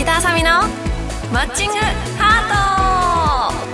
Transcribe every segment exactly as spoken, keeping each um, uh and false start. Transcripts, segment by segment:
石田あさみのマッチングハート。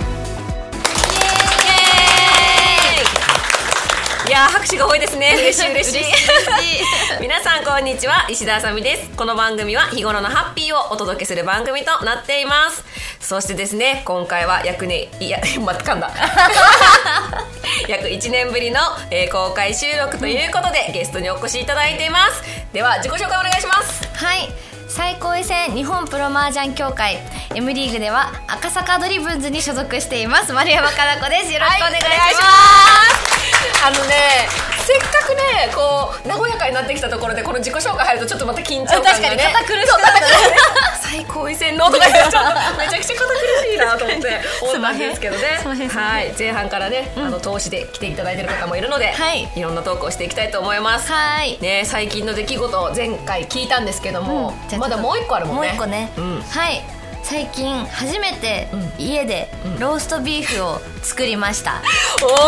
いやー拍手が多いですね。嬉しい嬉しい皆さんこんにちは、石田あさみです。この番組は日頃のハッピーをお届けする番組となっています。そしてですね、今回は約ねいやまた噛んだ約いちねんぶりの、えー、公開収録ということで、うん、ゲストにお越しいただいています。では自己紹介お願いします。 はい、最高位戦日本プロ麻雀協会 M リーグでは赤坂ドリブンズに所属しています丸山かな子です。よろしくお願いします、はい、 あのね、せっかくねこう和やかになってきたところでこの自己紹介入るとちょっとまた緊張感がね、 確かに堅苦しくなったね最高位戦のとか言っちゃっためちゃくちゃ堅苦しいなと思って思ったんですけどねはい、前半からね、うん、あの投資で来ていただいてる方もいるので、はい、いろんなトークをしていきたいと思います。はい、ね、最近の出来事前回聞いたんですけども、うん、まだもう一個あるもんね。 もう一個ね、うん、はい、最近初めて家でローストビーフを作りました、 うん、お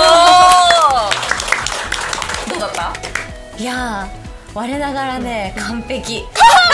ーどうだった？ いやー我ながらね、うん、完璧いや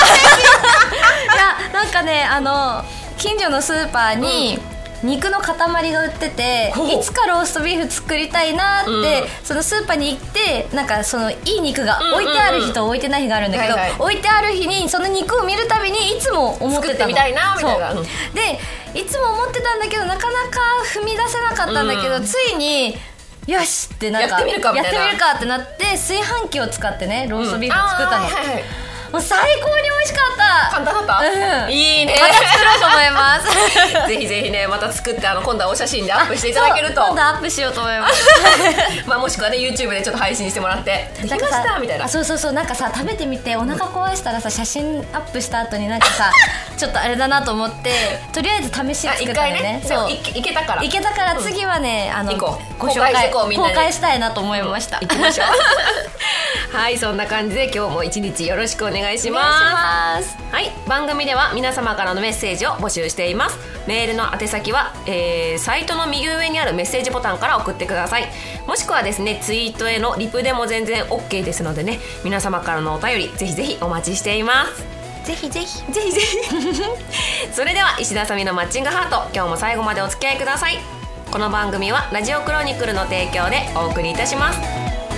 なんかね、あの近所のスーパーに、うん、肉の塊が売ってて、いつかローストビーフ作りたいなって、うん、そのスーパーに行ってなんかそのいい肉が置いてある日と置いてない日があるんだけど、うんうんうん、置いてある日にその肉を見るたびにいつも思ってたの。 作ってみたいなみたいな。 でいつも思ってたんだけどなかなか踏み出せなかったんだけど、うん、ついによしってなんかやってみるかみたいな、 やってみるかってなって炊飯器を使ってねローストビーフを作ったの、うん、はいはい、もう最高に美味しかった。 簡単だった、うん、いいね。 また作ろうと思いますぜひぜひね、また作ってあの今度はお写真でアップしていただけると、 今度アップしようと思いますまあもしくはね YouTube でちょっと配信してもらってできましたみたいな。 あ、そうそうそう、なんかさ食べてみてお腹壊したらさ写真アップした後になんかさちょっとあれだなと思ってとりあえず試し作ったのね。 ね、そう い, いけたからいけたから次はね、うん、あの行こうご紹介公開公開したいなと思いました、 うん、行きましょうはい、そんな感じで今日も一日よろしくお願いします。 お願いします。 はい、番組では皆様からのメッセージを募集しています。メールの宛先は、えー、サイトの右上にあるメッセージボタンから送ってください。もしくはですねツイートへのリプでも全然 OK ですのでね、皆様からのお便りぜひぜひお待ちしています。 ぜひぜひぜひぜひそれでは石田あさみのマッチングハート、今日も最後までお付き合いください。この番組はラジオクロニクルの提供でお送りいたします。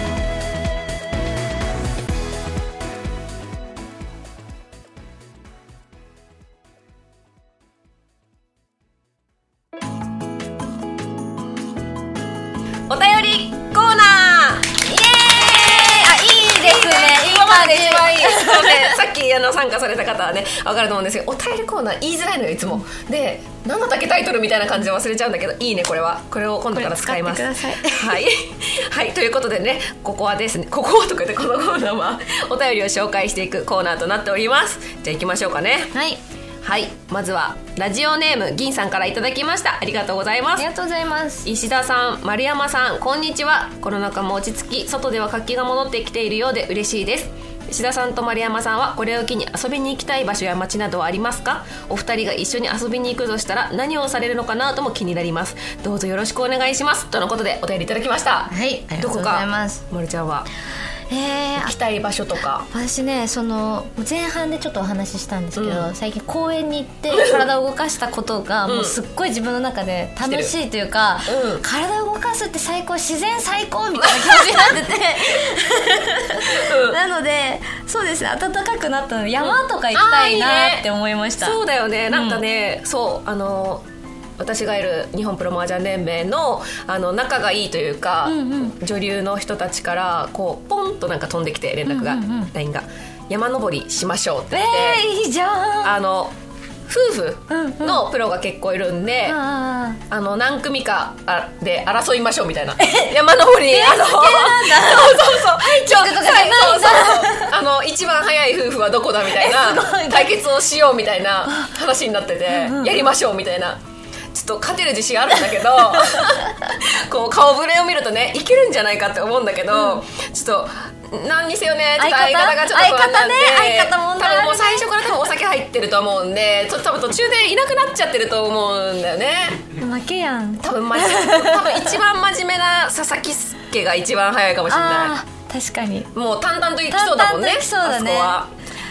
お便りコーナー、イエーイ。あ、いいですね。 今まで一番いいさっきあの参加された方はね分かると思うんですけど、お便りコーナー言いづらいのよいつも。で、何だったっけタイトルみたいな感じで忘れちゃうんだけど、いいね、これはこれを今度から使います。 これ使ってください。 はいはい、ということでね、ここはですね、ここはとかでこのコーナーはお便りを紹介していくコーナーとなっております。じゃあ行きましょうかね。 はいはい、まずはラジオネーム銀さんからいただきました。ありがとうございます。 ありがとうございます。 石田さん、丸山さん、こんにちは。コロナ禍も落ち着き、外では活気が戻ってきているようで嬉しいです。石田さんと丸山さんはこれを機に遊びに行きたい場所や街などはありますか？お二人が一緒に遊びに行くとしたら何をされるのかなとも気になります。どうぞよろしくお願いします、とのことでお便りいただきました。 はい、ありがとうございます。 どこか丸ちゃんはえー、 行きたい場所とか。 私ね、その前半でちょっとお話ししたんですけど、うん、最近公園に行って体を動かしたことがもうすっごい自分の中で楽しいというか、うん、体を動かすって最高、自然最高みたいな気持ちになってて、うん、なのでそうですね、暖かくなったので山とか行きたいなって思いました、 うん、いいね。そうだよね、なんかね、うん、そうあの私がいる日本プロ麻雀連盟 の, あの仲がいいというか、うんうん、女流の人たちからこうポンとなんか飛んできて連絡が、うんうんうん、ラインが山登りしましょうって言って、 えー、いいじゃん。 あの夫婦のプロが結構いるんで、うんうん、あの何組かで争いましょうみたいな山登り、あのそうそうそうちょっとそうそうあの一番早い夫婦はどこだみたいな対決をしようみたいな話になってて、うんうん、やりましょうみたいな。ちょっと勝てる自信あるんだけどこう顔ぶれを見るとねいけるんじゃないかって思うんだけど、うん、ちょっと何にせよね、ちょっと相方がちょっと不安なんで、 相方問題あるね。 多分もう最初から多分お酒入ってると思うんで、ちょっと多分途中でいなくなっちゃってると思うんだよね。 負けやん。 多分多分一番真面目な佐々木助が一番早いかもしれない。 あ、確かにもう淡々といきそうだもんね。 淡々といきそうだね。 あそこは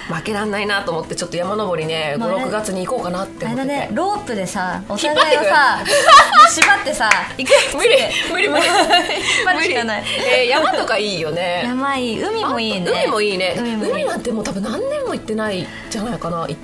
負けらんないなと思ってちょっと山登りね、まあ、ごろくがつに行こうかなって思ってて、 あれだね、ロープでさお互いをさ縛ってさ行く無理無理無理無理しかない、 えー、山とかいいよね。 山いい、海もいいね。 海もいいね。 海もいい。 海なんてもう多分何年も行ってないじゃないかな。行った？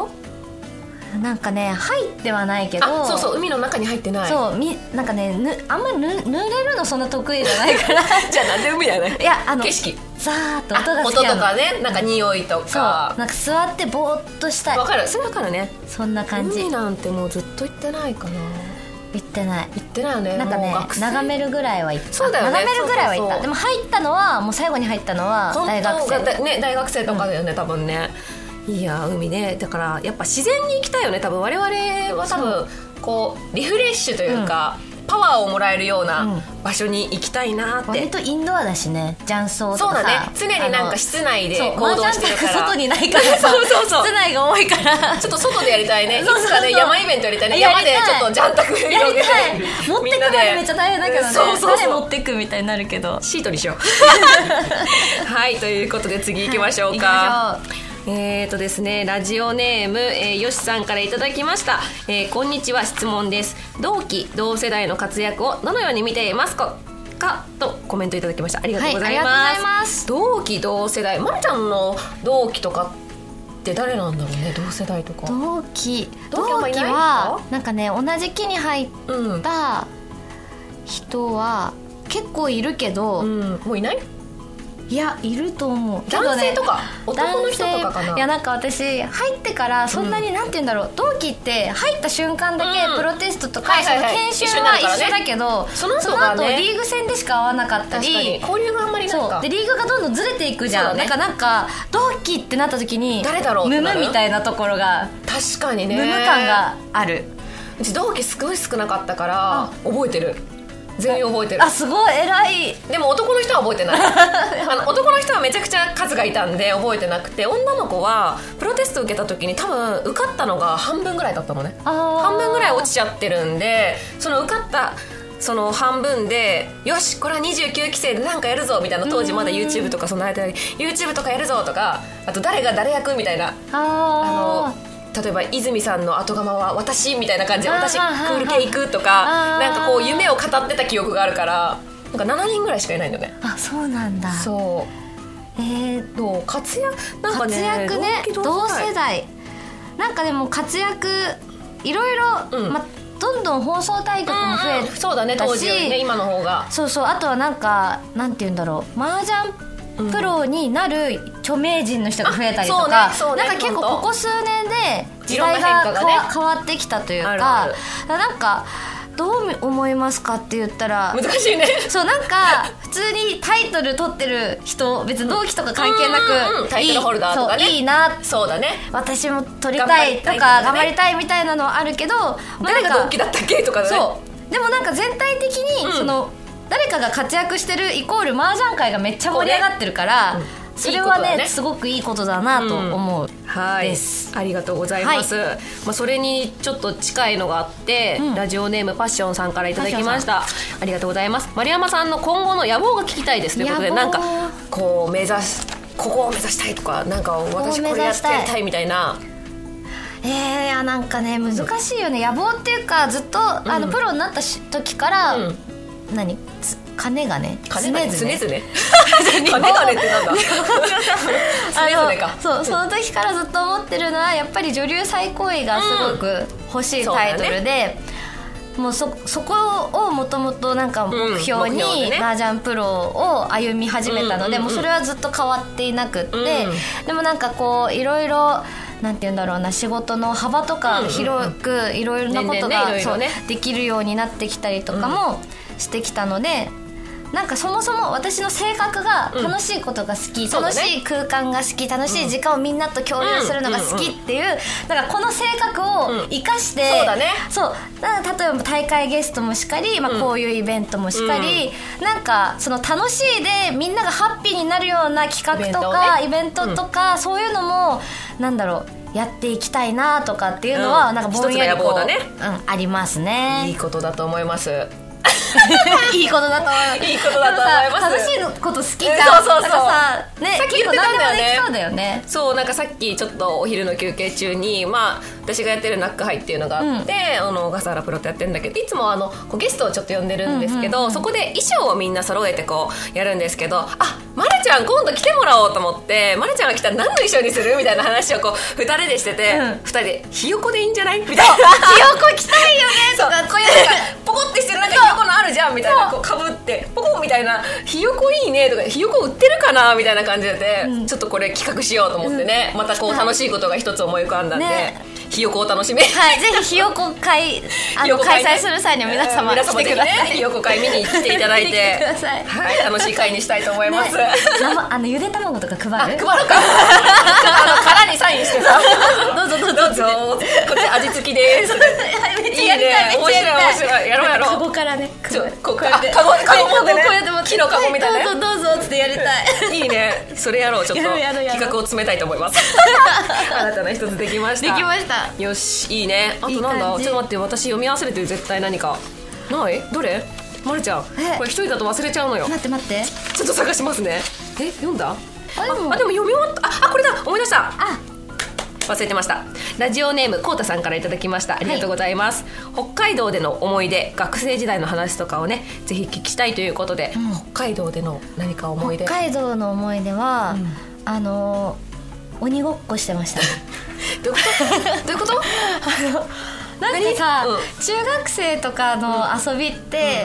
なんかね入ってはないけど、 あ、そうそう、海の中に入ってない。 そう、みなんかね、ぬあんまりぬ濡れるのそんな得意じゃないからじゃあなんで海じゃない？ いや、あの景色、 ザーッと音が好きなの。 音とかね、なんか匂いとか、 そう、なんか座ってぼーっとしたい。 わかる、それわかるね。 そんな感じ。 海なんてもうずっと行ってないかな。 行ってない行ってないよね。 なんかね、眺めるぐらいは行った。 そうだよね、 眺めるぐらいは行った。 そうそうそう。 でも入ったのは、もう最後に入ったのは大学生ね、大学生とかだよね、うん、多分ね。いや海ね、だからやっぱ自然に行きたいよね。多分我々は多分こうリフレッシュというか、うん、パワーをもらえるような場所に行きたいなって。 割とインドアだしね、雀荘とかさ。 そうだね、常になんか室内で行動してるから。 外にないからさそうそうそう、室内が多いからちょっと外でやりたいね。いつかね、山イベントやりたいね。山でちょっとジャンタク広げて、 持ってくまでめっちゃ大変だけどね。そうそうそう、誰持ってくみたいになるけどシートにしようはい、ということで次行きましょうか。はい、行きましょう。えーとですね、ラジオネーム、えー、よしさんからいただきました。えー、こんにちは、質問です。同期同世代の活躍をどのように見ていますかかとコメントいただきました。ありがとうございます。はい、ありがとうございます。同期同世代、まるちゃんの同期とかって誰なんだろうね。同世代とか同期同期はなんかね、同じ期に入った人は結構いるけど、うん、 もういない？ いや、いると思う。 男性とか、ね、男の人とかかな。 いや、なんか私入ってからそんなに、うん、なんて言うんだろう、同期って入った瞬間だけプロテストとか、うん、その研修は一緒だけど、その後が、ね、その後リーグ戦でしか会わなかったり、 交流があんまりないか。 そうで、リーグがどんどんずれていくじゃん、ね、なんかなんか同期ってなった時に誰だろうムムみたいなところが、 確かにね、 ムム感がある。 うち同期すごい少なかったから覚えてる。全員覚えてる。 あ、すごい偉い。 でも男の人は覚えてないあの男の人はめちゃくちゃ数がいたんで覚えてなくて、女の子はプロテスト受けた時に多分受かったのが半分ぐらいだったのね。半分ぐらい落ちちゃってるんで、その受かったその半分で、よしこれはにじゅうきゅうきせいでなんかやるぞみたいな、当時まだ YouTube とかその間に YouTube とかやるぞとか、あと誰が誰役みたいな、あの例えば泉さんの後釜は私みたいな感じで、私クール系行くとか、なんかこう夢を語ってた記憶があるから、なんかななにんぐらいしかいないんだよね。 あ、そうなんだ。 そう、えー、どう活躍なんかね、 活躍ね、同世代なんかでも活躍いろいろ、うん、ま、どんどん放送対局も増えたし、うんうん、そうだね、当時よりね、今の方が。そうそう、あとはなんかなんて言うんだろう、麻雀プロになる著名人の人が増えたりとか、うんねね、なんか結構ここ数年で時代が変 わ,、ね、変わってきたというか、あるある、なんかどう思いますかって言ったら難しいね。 そう、なんか普通にタイトル取ってる人、別に同期とか関係なく、 うんうん、タイトルホルダーとかね、 いいな、 そうだね、 私も取りたいとか頑張りたいみたいなのはあるけど、 誰が同期だったっけとかね。 そうでもなんか全体的にその、うん、誰かが活躍してるイコール麻雀界がめっちゃ盛り上がってるから、ね、うん、それは ね, いいねすごくいいことだなと思う、うん、 はいです。ありがとうございます、はい、まあ、それにちょっと近いのがあって、うん、ラジオネームパッションさんからいただきました。ありがとうございます。丸山さんの今後の野望が聞きたいですということで、なんかこう目指す、ここを目指したいとか、なんか私これやってやりたいみたいな。 えー、なんかね難しいよね、野望っていうか、ずっと、うん、あのプロになった時から、うん、何金がね、 常々常々金がねってなんだ常々か。 そう、その時からずっと思ってるのは、やっぱり女流最高位がすごく欲しいタイトルで、うん、もう そ, そこをもともとなんか目標に、うんね、麻雀プロを歩み始めたので、うんうんうん、もうそれはずっと変わっていなくって、うん、でもなんかこういろいろなんて言うんだろうな、仕事の幅とか広くいろいろなことができるようになってきたりとかもしてきたので、なんかそもそも私の性格が楽しいことが好き、うん、楽しい空間が好き、楽しい時間をみんなと共有するのが好きっていう、なんかこの性格を生かして、うん、そうだね、そうだから例えば大会ゲストもしかり、まあ、こういうイベントもしかり、うん、なんかその楽しいでみんながハッピーになるような企画とかイベントとか、うん、そういうのもなんだろう、やっていきたいなとかっていうのは、うん、なんかぼんやりこう、ね、うん、ありますね。 いいことだと思いますいいことだと思います。 いいことだと思います。 楽しいこと好きじゃん。 そうそうそう。 さ、ね、 さっき言ってたんだよね。 そうだよね。 そう、なんかさっきちょっとお昼の休憩中に、まあ私がやってるナックハイっていうのがあって、うん、あの小笠原プロとやってるんだけど、いつもあのこうゲストをちょっと呼んでるんですけど、うんうんうん、そこで衣装をみんな揃えてこうやるんですけど、あ、まるちゃん今度来てもらおうと思って、まるちゃんが来たら何の衣装にするみたいな話をこうふたりでしてて、うん、ふたりでひよこでいいんじゃないみたいな。ひよこ着たいよねとか、 こういうなんかポコってしてるなんかひよこのあるじゃんみたいな、こうかぶってポコみたいな、ひよこいいねとか、ひよこ売ってるかなみたいな感じで、うん、ちょっとこれ企画しようと思ってね、うん、またこう楽しいことが一つ思い浮かんだんで、ね、ひよこを楽しみ、 はい、ぜひひよこ会あの開催する際には皆様来てください。 ひよこ会見に来ていただいてはい、楽しい会にしたいと思います、ね、 あのゆで卵とか配る配るかあの殻にサインしてさどうぞどうぞどうぞこっち味付きですめっちゃやりたい、 面白い面白い、やろうやろう。 カゴからね、 こうカゴカゴ持ってね、木のカゴみたいなね、 どうぞどうぞってやりたい。 いいね、それやろう。ちょっと企画を詰めたいと思います新たな一つできました。 できました。 よし、いいね。あとなんだ、ちょっと待って、私読み忘れてる、絶対何かない？どれ？まるちゃん、これ一人だと忘れちゃうのよ。 待って待って、 ちょっと探しますね。え、読んだ？あ、でも、あ、でも読み終わった。あ、あ、これだ、思い出した。 あ、 忘れてました。ラジオネームこうたさんからいただきました。ありがとうございます、はい、北海道での思い出、学生時代の話とかをねぜひ聞きたいということで、うん、北海道での何か思い出。 北海道の思い出は、うん、あの鬼ごっこしてましたどういうことどういうことあのなんかさ、うん、中学生とかの遊びって、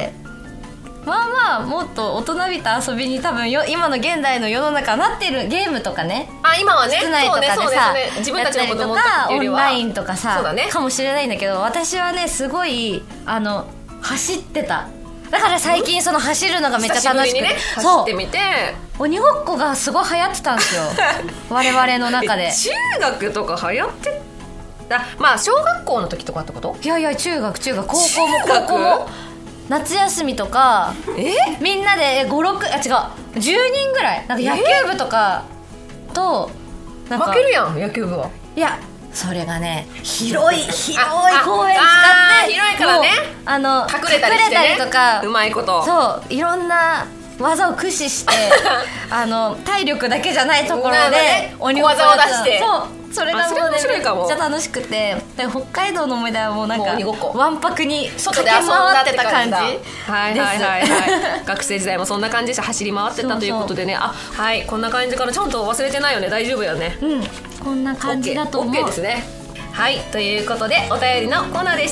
うん、まあまあもっと大人びた遊びに多分よ今の現代の世の中なってる。ゲームとかね、 あ、今はね、 室内とかでさ、 そうねそうね、自分たちの子供とかオンラインとかさ、 ね、 かもしれないんだけど、私はねすごいあの走ってた。だから最近その走るのがめっちゃ楽しくて、ね、 走ってみて、 鬼ごっこがすごい流行ってたんですよ我々の中で。 中学とか流行ってた、まあ小学校の時とかってこと？ いやいや、中学中学高校も高校も夏休みとか、 えみんなでご、ろく、あ、違う、じゅうにんぐらい、なんか野球部とかとなんか負けるやん、野球部は。 いや、それがね、広い広い公園使って、 広いからね、 あの隠れたりしてね、 隠れたりとか、 うまいこと、 そう、いろんな技を駆使してあの体力だけじゃないところで、 ね、鬼技を出して、 そう、それがもうね、めっちゃ楽しくて、で北海道の思い出はもうなんかわんぱくに外で遊んだって感じです。 はいはいはい、 はい、学生時代もそんな感じで走り回ってたということでね、あ、はい、こんな感じからちゃんと忘れてないよね、大丈夫よね。 うん、こんな感じだと思う。 OK ですね。はい、ということでお便りのコーナーでした。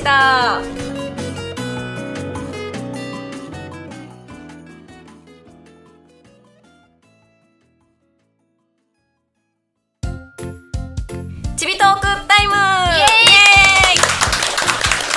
ちびトークタイム、イエーイ、はい、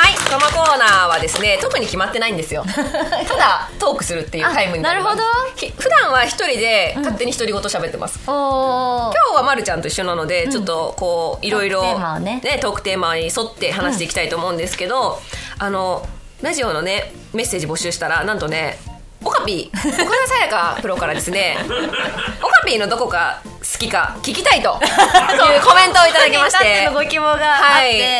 このコーナーはですね、特に決まってないんですよただトークするっていうタイムになります。 なるほど。 普段は一人で勝手に独り言喋ってます、うん、今日はまるちゃんと一緒なので、うん、ちょっとこういろいろトークテーマに沿って話していきたいと思うんですけど、うん、あのラジオのねメッセージ募集したら、なんとね、オカピー、岡田さやかプロからですねオカピーのどこが好きか聞きたいというコメントをいただきましてのご希望があって、はい、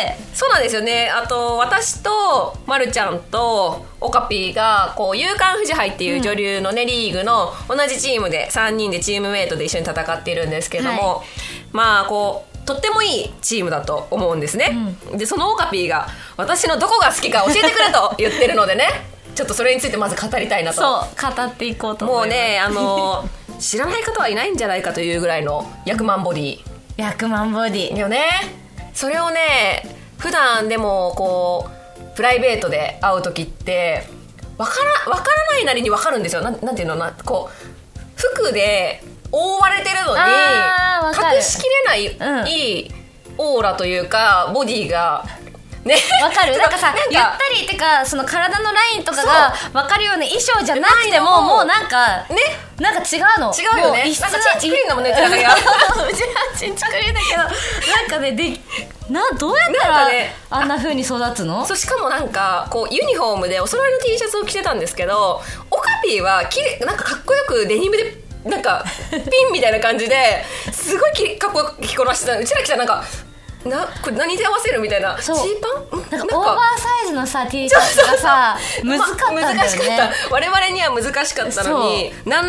そうなんですよね。あと私とまるちゃんとオカピーがこう夕刊フジ杯っていう女流のね、うん、リーグの同じチームでさんにんでチームメイトで一緒に戦っているんですけども、はい、まあこうとってもいいチームだと思うんですね、うん、でそのオカピーが私のどこが好きか教えてくれと言ってるのでねちょっとそれについてまず語りたいなと。 そう、語っていこうと思います。 もうね、あの知らない方はいないんじゃないかというぐらいの役満ボディ役満ボディよね。それをね、普段でもこうプライベートで会う時ってわからわからないなりにわかるんですよ。なん、なんていうのな、こう服で覆われてるのに隠しきれない、うん、いいオーラというかボディがね、 わかる。なんかさ、ゆったりってか、その体のラインとかがわかるような衣装じゃなくても、もうなんかね、なんか違うの。 違うよね。なんかチンチクリーンだもんね、うちらが。うちらチンチクリーンだけど、なんかね、でなどうやったらあんな風に育つの？ そう、しかもなんかこうユニフォームでお揃いの T シャツを着てたんですけど、オカピーはきれなんかかっこよくデニムでなんかピンみたいな感じですごいかっこよく着こなしてた。うちら着たらなんかなこれ何で合わせるみたいな、ジーパンなんかオーバーサイズのさ T シャツがさ難かったんだよね、 ま、難しかった、我々には難しかったのに、なん、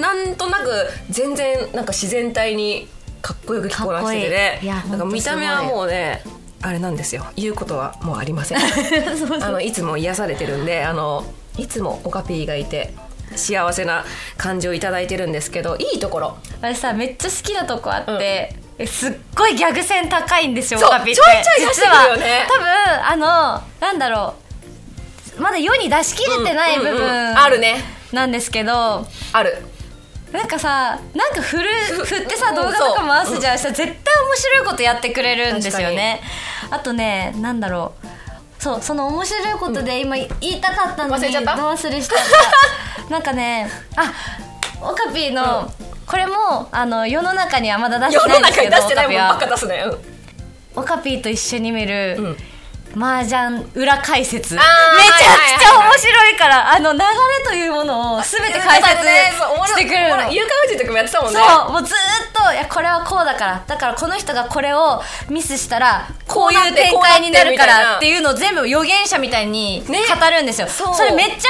なんとなく全然なんか自然体にかっこよく着こなしててね、いいなんか見た目はもうねあれなんですよ、言うことはもうありませんそうそう、あのいつも癒されてるんで、あのいつもオカピーがいて幸せな感じをいただいてるんですけど、いいところ私さめっちゃ好きなとこあって、うん、すっごいギャグ線高いんですよ、 そうオカピってちょいちょい出してくるよね。 多分あのなんだろう、まだ世に出し切れてない部分、うんうんうん、 あるねなんですけど、 あるなんかさ、なんか振る振ってさ動画とか回すじゃん、うん、絶対面白いことやってくれるんですよね。あとね、なんだろう、そうその面白いことで今言いたかったのに、うん、ど忘れしちゃったなんかね、あ、オカピーの、うん、これもあの世の中にはまだ出してないんですけど、 世の中に出してないもんばっか出すね、うん、 オカピーと一緒に見る、うん、麻雀裏解説、めちゃくちゃ面白いから、あの流れというものを全て解説してくるの。 有価宇宙とかもやってたもんね。 そう、もうずっと、いやこれはこうだから、だからこの人がこれをミスしたらこういう展開になるからっていうのを全部予言者みたいに語るんですよ、ね、そ, それめっちゃ歌って、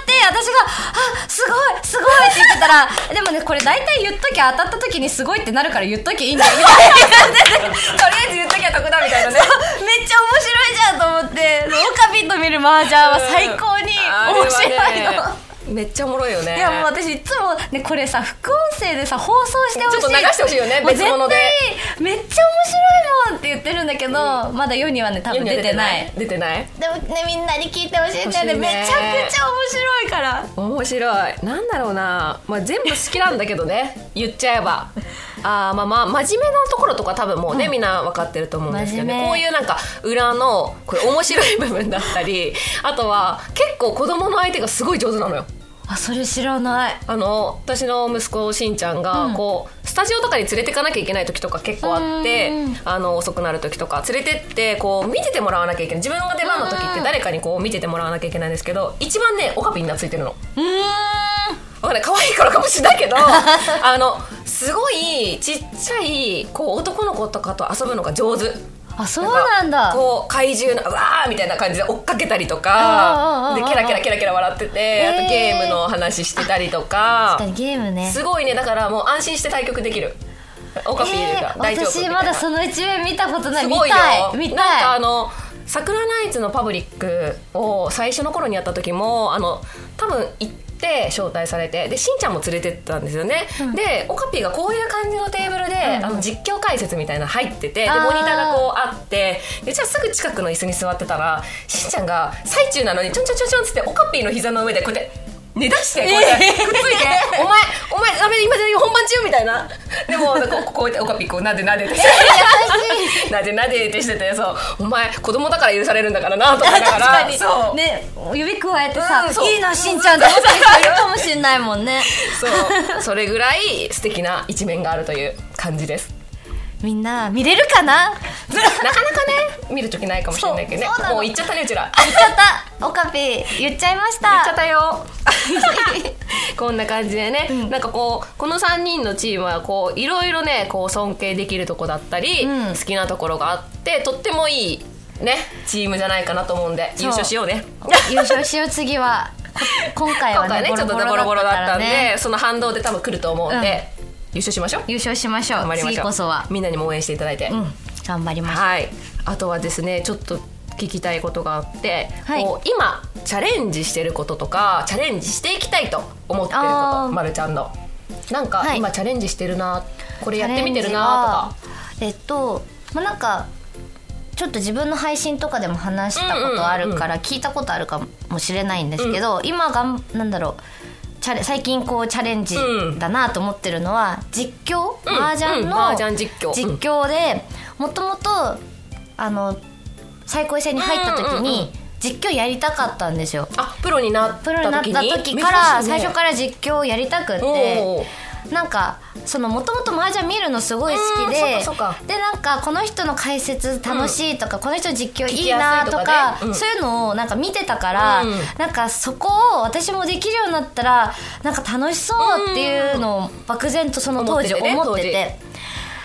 私があすごいすごいって言ってたらでもね、これ大体言っときゃ当たった時にすごいってなるから言っときゃいいんだよみたいな感じでとりあえず言っときゃ得だみたいなねめっちゃ面白いじゃんと思って、オカピと見る麻雀は最高に面白いの、うんめっちゃおもろいよね。 いやもう私いつもね、これさ副音声でさ放送してほしい、 ちょっと流してほしいよね、別物で。 めっちゃ面白いもんって言ってるんだけど、うん、まだ世にはね多分出てない出てないでもね、みんなに聞いてほしいんだよね、めちゃくちゃ面白いから。 面白い、なんだろうな、まあ、全部好きなんだけどね言っちゃえばあ、まあまあ真面目なところとか多分もうね、うん、みんな分かってると思うんですけどね、こういうなんか裏のこれ面白い部分だったりあとは結構子供の相手がすごい上手なのよ。 あ、それ知らない。 あの私の息子しんちゃんがこう、うん、スタジオとかに連れてかなきゃいけない時とか結構あって、あの遅くなる時とか連れてってこう見ててもらわなきゃいけない、自分が出番の時って誰かにこう見ててもらわなきゃいけないんですけど、一番ねオカピに懐いてるの。うーん、わかんない、可愛いからかもしれないけどあのすごいちっちゃいこう男の子とかと遊ぶのが上手。 あ、そうなんだ。 こう怪獣のうわーみたいな感じで追っかけたりとかでキラキラキラキラ笑ってて、あとゲームの話してたりとか。 確かにゲームね、 すごいね、だからもう安心して対局できる。オカピーが大丈夫みたいな。 私まだその一面見たことない。見たい見たい。 なんかあの桜ナイツのパブリックを最初の頃にやった時もあの多分行ってで招待されて、でしんちゃんも連れてったんですよね、うん、でオカピーがこういう感じのテーブルで、うん、あの実況解説みたいなの入ってて、でモニターがこうあって、でじゃあすぐ近くの椅子に座ってたらしんちゃんが最中なのにちょんちょんちょんちょんつってオカピーの膝の上でこうやって寝出してこうやってくっついて、えー、お前お前ダメ今じゃ本番中みたいな。でもこうこうやってオカピーこうなでなでてしてなでなでてしてて、そうお前子供だから許されるんだからなとかだから確かにそうね、指くわえてさ、うん、いいなしんちゃんって思ってる人いるかもしれないもんねそうそれぐらい素敵な一面があるという感じです。 みんな見れるかななかなかね見るときないかもしれないけどね。もう言っちゃったね、うちら言っちゃったオカピー言っちゃいました。 言っちゃったよこんな感じでね、うん、なんかこうこのさんにんのチームはこういろいろねこう尊敬できるとこだったり、うん、好きなところがあってとってもいいねチームじゃないかなと思うんで優勝しようね優勝しよう次は今回は ね, 今回ねちょっとボロボロだったんで、その反動で多分来ると思うんで、うん、優勝しましょう優勝しましょう頑張りましょう。次こそはみんなにも応援していただいて、うん、 頑張りましょう。 はい、あとはですねちょっと聞きたいことがあって、はい、こう今チャレンジしてることとかチャレンジしていきたいと思ってること、まるちゃんのなんか、はい、今チャレンジしてるなこれやってみてるなとか。 えっと、まあ、なんかちょっと自分の配信とかでも話したことあるから聞いたことあるかもしれないんですけど、うん、今がんなんだろうチャレ最近こうチャレンジだなと思ってるのは実況、うん、麻雀の実況でもともとあの最高位戦に入った時に実況やりたかったんですよ。 あ、プロになった時に？プロになった時から、ね、最初から実況をやりたくってなんかそのもともと麻雀見るのすごい好きで、 そかそかでなんかこの人の解説楽しいとか、うん、この人実況いいなとか、とかねうん、そういうのをなんか見てたから、うん、なんかそこを私もできるようになったらなんか楽しそうっていうのを漠然とその当時思ってて、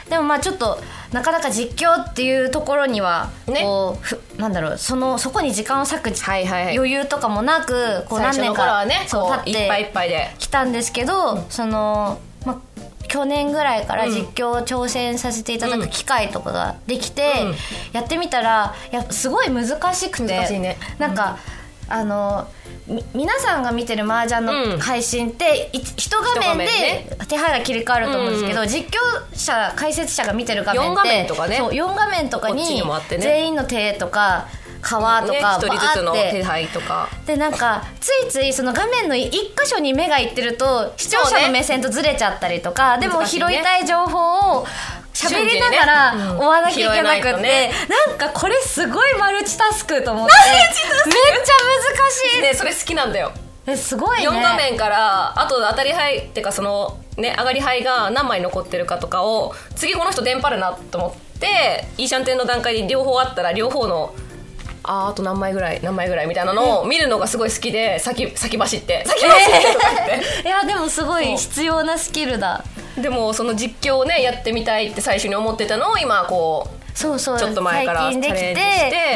でもまあちょっとなかなか実況っていうところにはこう、ね、なんだろうそのそこに時間を割く、はいはいはい、余裕とかもなくこう何年か、ね、そう経ってきたんですけど、うん、その、まあ、去年ぐらいから実況を挑戦させていただく機会とかができて、うん、やってみたらやっぱすごい難しくて難しい、ね、 なんか、うん、あの皆さんが見てる麻雀の配信って、うん、一画面で手配が切り替わると思うんですけど、うん、実況者解説者が見てる画面ってよん画面とかね、そうよん画面とかに全員の手とか川とか一人ずつの手配とかでなんかついついその画面の一箇所に目がいってると視聴者の目線とずれちゃったりとか、ね、でも拾いたい情報を喋りながら追わなきゃいけなくて、うんね、なんかこれすごいマルチタスクと思ってめっちゃ難しい、 ね、それ好きなんだよ。 えすごいね。 よん画面からあと当たり牌ってかその、ね、上がり牌が何枚残ってるかとかを次この人電波るなと思ってイーシャンテンの段階で両方あったら両方のああと何枚ぐらい何枚ぐらいみたいなのを見るのがすごい好きで先先走って先走ってとか言って、 えー、いやでもすごい必要なスキルだ。 でもその実況をねやってみたいって最初に思ってたのを今こうそうそうちょっと前からチャレンジして、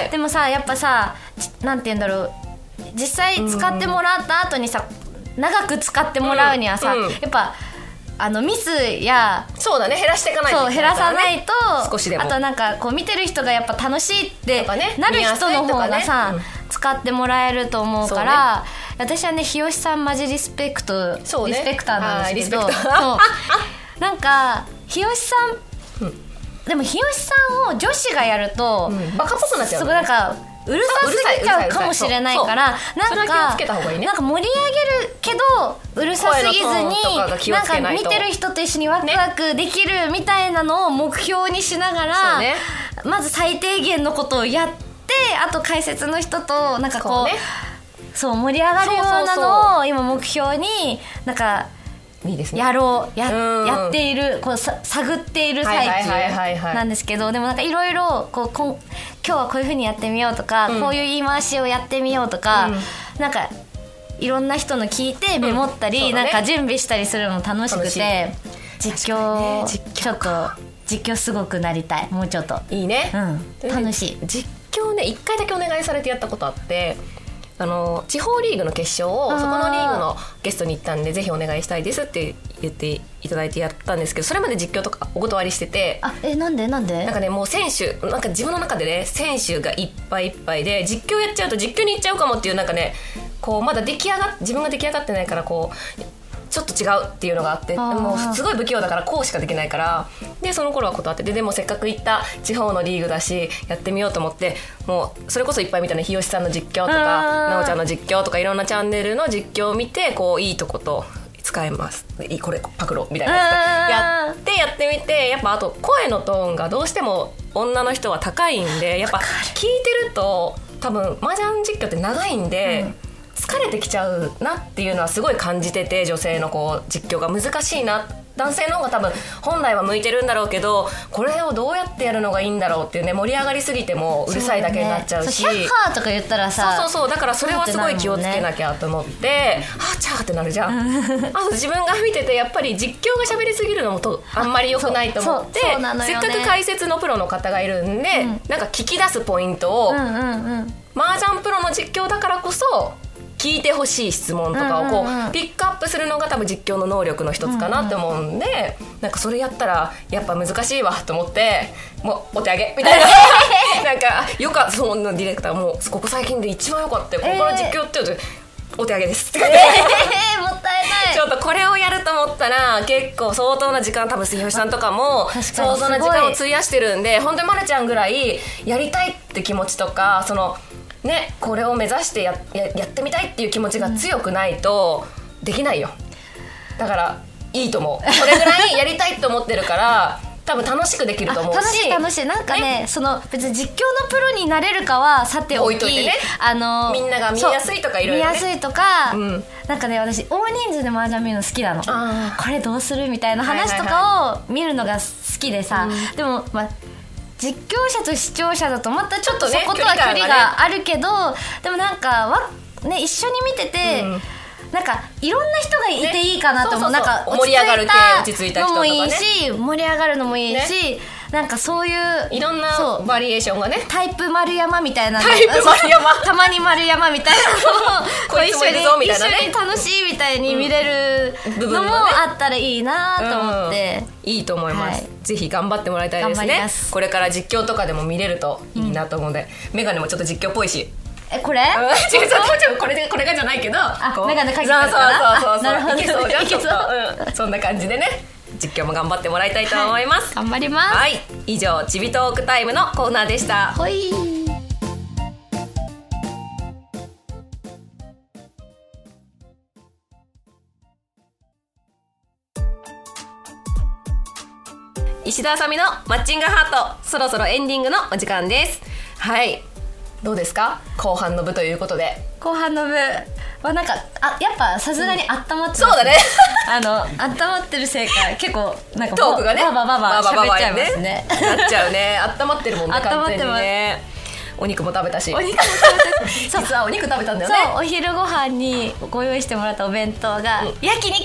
でもさやっぱさなんて言うんだろう実際使ってもらった後にさ長く使ってもらうにはさ、うんうん、やっぱあのミスやそうだね減らしていかないといけないから、ね、そう減らさないと少しでもあとなんかこう見てる人がやっぱ楽しいってなる人の方がさ、ねうん、使ってもらえると思うから、ね、私はね日吉さんマジリスペクト、ね、リスペクターなんですけどそうなんか日吉さん、うん、でも日吉さんを女子がやると、うん、 バカっぽくなっちゃう、ね、 すごいなんかうるさすぎちゃうかもしれないからなんかなんか盛り上げるけどうるさすぎずになんか見てる人と一緒にワクワクできるみたいなのを目標にしながら、ね、まず最低限のことをやってあと解説の人となんかこう、そうね、そう盛り上がるようなのを今目標になんかいいですね、やろう や, やっているこうさ探っている最中なんですけど、でもなんかいろいろこうこん今日はこういう風にやってみようとか、うん、こういう言い回しをやってみようとか、うん、なんかいろんな人の聞いてメモったり、うんね、なんか準備したりするのも楽しくて実況、ね、実況ちょっと実況すごくなりたいもうちょっといいね、 うん、楽しい。 実況ねいっかいだけお願いされてやったことあってあの地方リーグの決勝をそこのリーグのゲストに行ったんでぜひお願いしたいですって言っていただいてやったんですけどそれまで実況とかお断りしててあえなんでなんでなんかねもう選手なんか自分の中でね選手がいっぱいいっぱいで実況やっちゃうと実況に行っちゃうかもっていうなんかねこうまだ出来上がっ自分が出来上がってないからこうちょっと違うっていうのがあってもうすごい不器用だからこうしかできないからでその頃は断ってででもせっかく行った地方のリーグだしやってみようと思ってもうそれこそいっぱい見たね日吉さんの実況とかなおちゃんの実況とかいろんなチャンネルの実況を見てこういいとこと使えますいいこれパクロみたいなやつでやってやってみてやっぱあと声のトーンがどうしても女の人は高いんでやっぱ聞いてると多分麻雀実況って長いんで、うん疲れてきちゃうなっていうのはすごい感じてて女性のこう実況が難しいな男性の方が多分本来は向いてるんだろうけどこれをどうやってやるのがいいんだろうっていうね盛り上がりすぎてもうるさいだけになっちゃうしそう、ね、ヒャッハーとか言ったらさそうそうそうだからそれはすごい気をつけなきゃと思って、ね、はっちゃーってなるじゃんあと自分が見ててやっぱり実況が喋りすぎるのもとあんまり良くないと思って、ね、せっかく解説のプロの方がいるんで、うん、なんか聞き出すポイントを、うんうんうん、麻雀プロの実況だからこそ聞いてほしい質問とかをこう、うんうんうん、ピックアップするのが多分実況の能力の一つかなって思うんで、うんうん、なんかそれやったらやっぱ難しいわと思ってもうお手上げみたいななんかよかそのディレクターもここ最近で一番よかったよここから実況って言うと、えー、お手上げですって言って、 えー、もったいないちょっとこれをやると思ったら結構相当な時間多分杉吉さんとかも相当な時間を費やしてるんで本当にまるちゃんぐらいやりたいって気持ちとかそのね、これを目指して や, や, やってみたいっていう気持ちが強くないとできないよだからいいと思うそれぐらいやりたいと思ってるから多分楽しくできると思うし楽しい楽しいなんか ね, ねその別に実況のプロになれるかはさておき置いといて、ね、あのみんなが見やすいとかいろいろ、ね、 見やすいとか、うん、なんかね私大人数で麻雀見るの好きなのこれどうするみたいな話とかを見るのが好きでさ、はいはいはい、でもまあ実況者と視聴者だとまたちょっとそことは距離があるけど、ね、でもなんかわ、ね、一緒に見てて、うん、 なんかいろんな人がいていいかなと思う、ね、 そうそうそう、 なんか盛り上がる系落ち着いた人とかねのもいいし、盛り上がるのもいいし、ね、なんかそういういろんなバリエーションがね、 タイプ丸山みたいなの、 タイプ丸山たまに丸山みたいなのをこいつもいるぞみたいなね、 一緒に楽しいみたいに見れるのもあったらいいなと思って、 うん、いいと思います、はい、ぜひ頑張ってもらいたいですね。 頑張ります。 これから実況とかでも見れるといいなと思うので、うん、メガネもちょっと実況っぽいし、 えこれ？ 違う違う違う、これでこれがじゃないけど、 あメガネかけてるからそうそうそうそう、 なるほど、 いけそうじゃん、 いけそう、 うん、そんな感じでね、実況も頑張ってもらいたいと思います、 はい、頑張ります。 はい、以上ちびトークタイムのコーナーでした。 ほい。 石田あさみのマッチングハート、そろそろエンディングのお時間です。はい、どうですか、後半の部ということで。 後半の部はなんかあやっぱさすがに温まってます、 うん、そうだねあの温まってるせいか結構なんかトークがねババババ喋っちゃいますね、 なっちゃうね、温まってるもんね、 温まってます、 完全にね。お肉も食べたし、 お肉も食べたし実はお肉食べたんだよね。 そう、お昼ご飯にご用意してもらったお弁当が、うん、焼肉弁当でした。イエ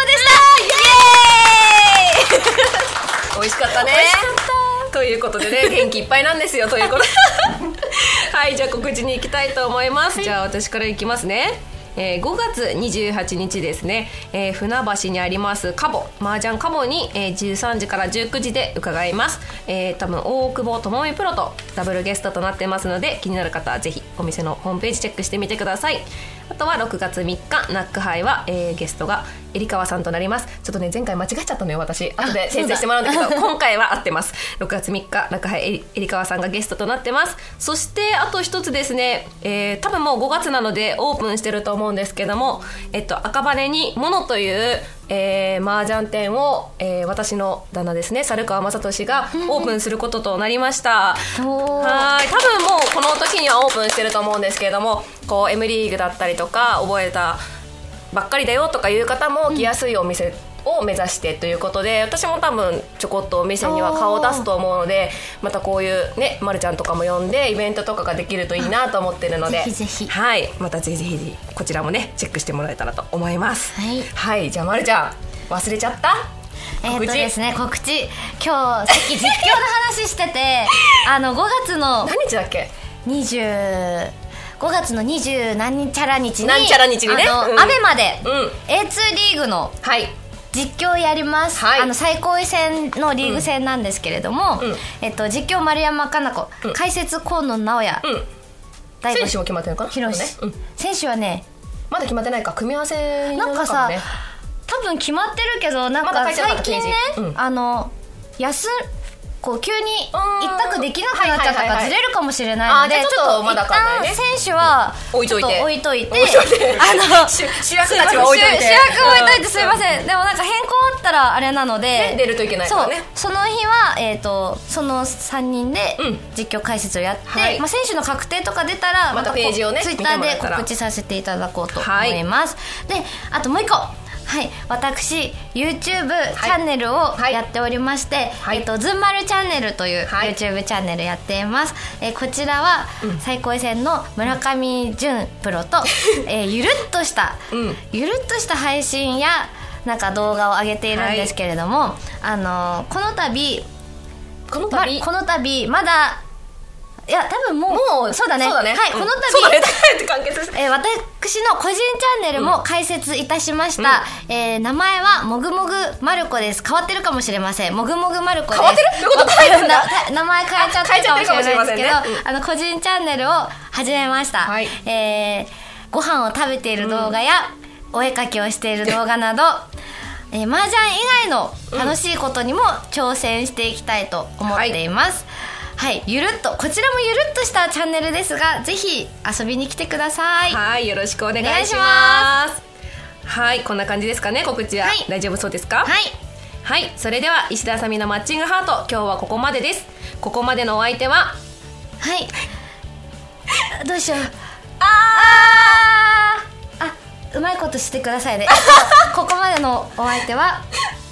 ーイ美味しかったね。 美味しかったということでね、元気いっぱいなんですよということではい、じゃあ告知に行きたいと思います、はい、じゃあ私から行きますね。えー、ごがつにじゅうはちにちですね、えー、船橋にありますカボ麻雀カボに、えー、じゅうさんじからじゅうくじで伺います、えー、多分大久保智美プロとダブルゲストとなってますので、気になる方はぜひお店のホームページチェックしてみてください。あとはろくがつみっかナックハイは、えー、ゲストがえりかわさんとなります。ちょっとね前回間違えちゃったのよ私、後で訂正してもらうんだけど今回は合ってます。ろくがつみっかナックハイえりかわさんがゲストとなってます。そしてあと一つですね、えー、多分もうごがつなのでオープンしてると思うんですけども、えっと、赤羽にモノという、えー、麻雀店を、えー、私の旦那ですね猿川雅俊がオープンすることとなりました。はい、多分もうこの時にはオープンしてると思うんですけれども、こう M リーグだったりとか覚えたばっかりだよとかいう方も来やすいお店を目指してということで、私も多分ちょこっとお店には顔を出すと思うので、またこういうねまるちゃんとかも呼んでイベントとかができるといいなと思ってるので、 ぜひぜひ、 はい、またぜひぜひこちらもねチェックしてもらえたらと思います。 はい、 はい、じゃあまるちゃん忘れちゃった？ えー、っとですね、告知、今日さっき実況の話しててあのごがつの何日だっけ、 にじゅうごがつのにじゅう何チャラ日に何チャラ日にね、 あの、 うん、 アベマで、 うん、 エーツー リーグの実況をやります、はい、あの最高位戦のリーグ戦なんですけれども、うん、えっと、実況丸山加奈子、うん、解説河野直哉、うん、 選手も決まってるのかな、 広志、うん、選手はねまだ決まってないか、組み合わせの中、ね、 なんかさ多分決まってるけど、なんか最近ね、まうん、あの休こう急に一択できなくなっちゃったからずれるかもしれないので、ちょっと一旦選手は置いといて置いといて、あの主役たちは置いといて、 主役置いといてすいません。でもなんか変更あったらあれなので出るといけないからね。 そう、その日はえっとそのさんにんで実況解説をやって、まあ選手の確定とか出たらまたページをねツイッターで告知させていただこうと思います。で、あともう一個。はい、私 YouTube チャンネルをやっておりまして、はい、えっと、ズンマルチャンネルという YouTube チャンネルやっています、はい、えー、こちらは最高位戦の村上純プロと、えー、ゆるっとした、うん、ゆるっとした配信やなんか動画を上げているんですけれども、はい、あのー、この度この度、 ま、この度まだいや多分もう、もうそうだね、 そうだね、 はい、うん、この度、 そうだねって完結して、 えー、私の個人チャンネルも開設いたしました、うん、えー、名前はもぐもぐまる子です。変わってるかもしれません。もぐもぐまる子です。 変わってるってこと変えるんだ名前変えちゃってるかもしれないですけど、 ね、うん、 あの個人チャンネルを始めました、はい、えー、ご飯を食べている動画や、うん、お絵かきをしている動画などえー、麻雀以外の楽しいことにも挑戦していきたいと思っています、うん、はい、ゆるっとこちらもゆるっとしたチャンネルですが、ぜひ遊びに来てください。 はい、よろしくお願いします。はい、こんな感じですかね、告知は、はい、大丈夫そうですか？ はい、 はい、それでは石田あさみのマッチングハート、今日はここまでです。ここまでのお相手は、 はいどうしよう、 あーあ、うまいことしてくださいねここまでのお相手は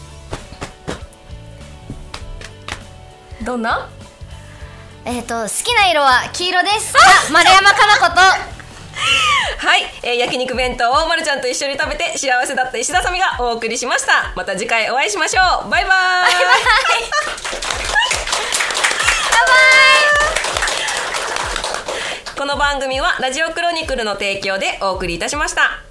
どんなえっと好きな色は黄色です丸山加奈子とはい、えー、焼肉弁当をまるちゃんと一緒に食べて幸せだった石田さみがお送りしました。また次回お会いしましょう。バイバーイ。バイバイ。この番組はラジオクロニクルの提供でお送りいたしました。